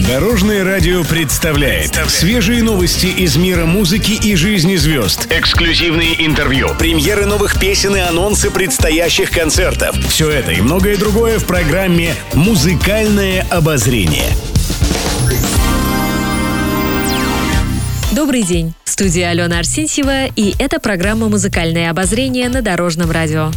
Дорожное радио представляет свежие новости из мира музыки и жизни звезд. Эксклюзивные интервью, премьеры новых песен и анонсы предстоящих концертов. Все это и многое другое в программе «Музыкальное обозрение». Добрый день. В студии Алена Арсентьева, и это программа «Музыкальное обозрение» на Дорожном радио.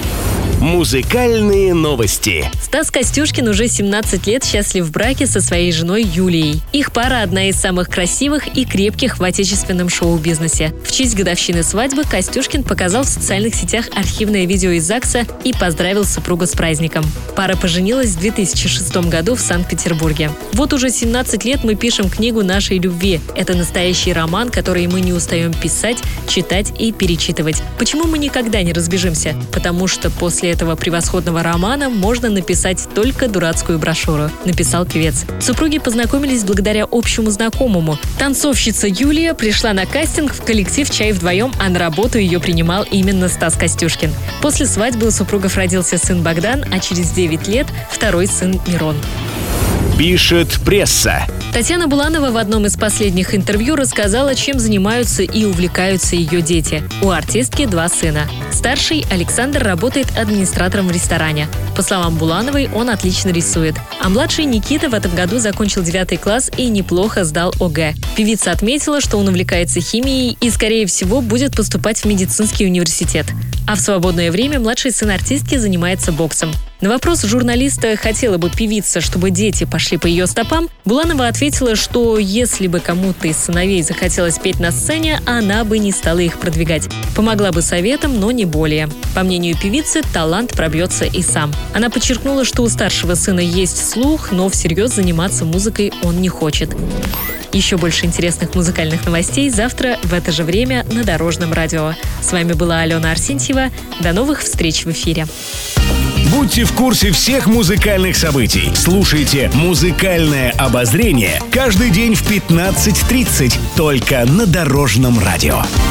Музыкальные новости. Стас Костюшкин уже 17 лет счастлив в браке со своей женой Юлией. Их пара одна из самых красивых и крепких в отечественном шоу-бизнесе. В честь годовщины свадьбы Костюшкин показал в социальных сетях архивное видео из ЗАГСа и поздравил супругу с праздником. Пара поженилась в 2006 году в Санкт-Петербурге. Вот уже 17 лет мы пишем книгу нашей любви. Это настоящий роман, который мы не устаем писать, читать и перечитывать. Почему мы никогда не разбежимся? Потому что после этого превосходного романа можно написать только дурацкую брошюру, написал певец. Супруги познакомились благодаря общему знакомому. Танцовщица Юлия пришла на кастинг в коллектив «Чай вдвоем», а на работу ее принимал именно Стас Костюшкин. После свадьбы у супругов родился сын Богдан, а через 9 лет второй сын Мирон. Пишет пресса. Татьяна Буланова в одном из последних интервью рассказала, чем занимаются и увлекаются ее дети. У артистки 2 сына. Старший, Александр, работает администратором в ресторане. По словам Булановой, он отлично рисует. А младший Никита в этом году закончил 9 класс и неплохо сдал ОГЭ. Певица отметила, что он увлекается химией и, скорее всего, будет поступать в медицинский университет. А в свободное время младший сын артистки занимается боксом. На вопрос журналиста, хотела бы певица, чтобы дети пошли по ее стопам, Буланова ответила, что если бы кому-то из сыновей захотелось петь на сцене, она бы не стала их продвигать. Помогла бы советом, но не более. По мнению певицы, талант пробьется и сам. Она подчеркнула, что у старшего сына есть слух, но всерьез заниматься музыкой он не хочет. Еще больше интересных музыкальных новостей завтра в это же время на Дорожном радио. С вами была Алена Арсентьева. До новых встреч в эфире. Будьте в курсе всех музыкальных событий. Слушайте «Музыкальное обозрение» каждый день в 15:30 только на Дорожном радио.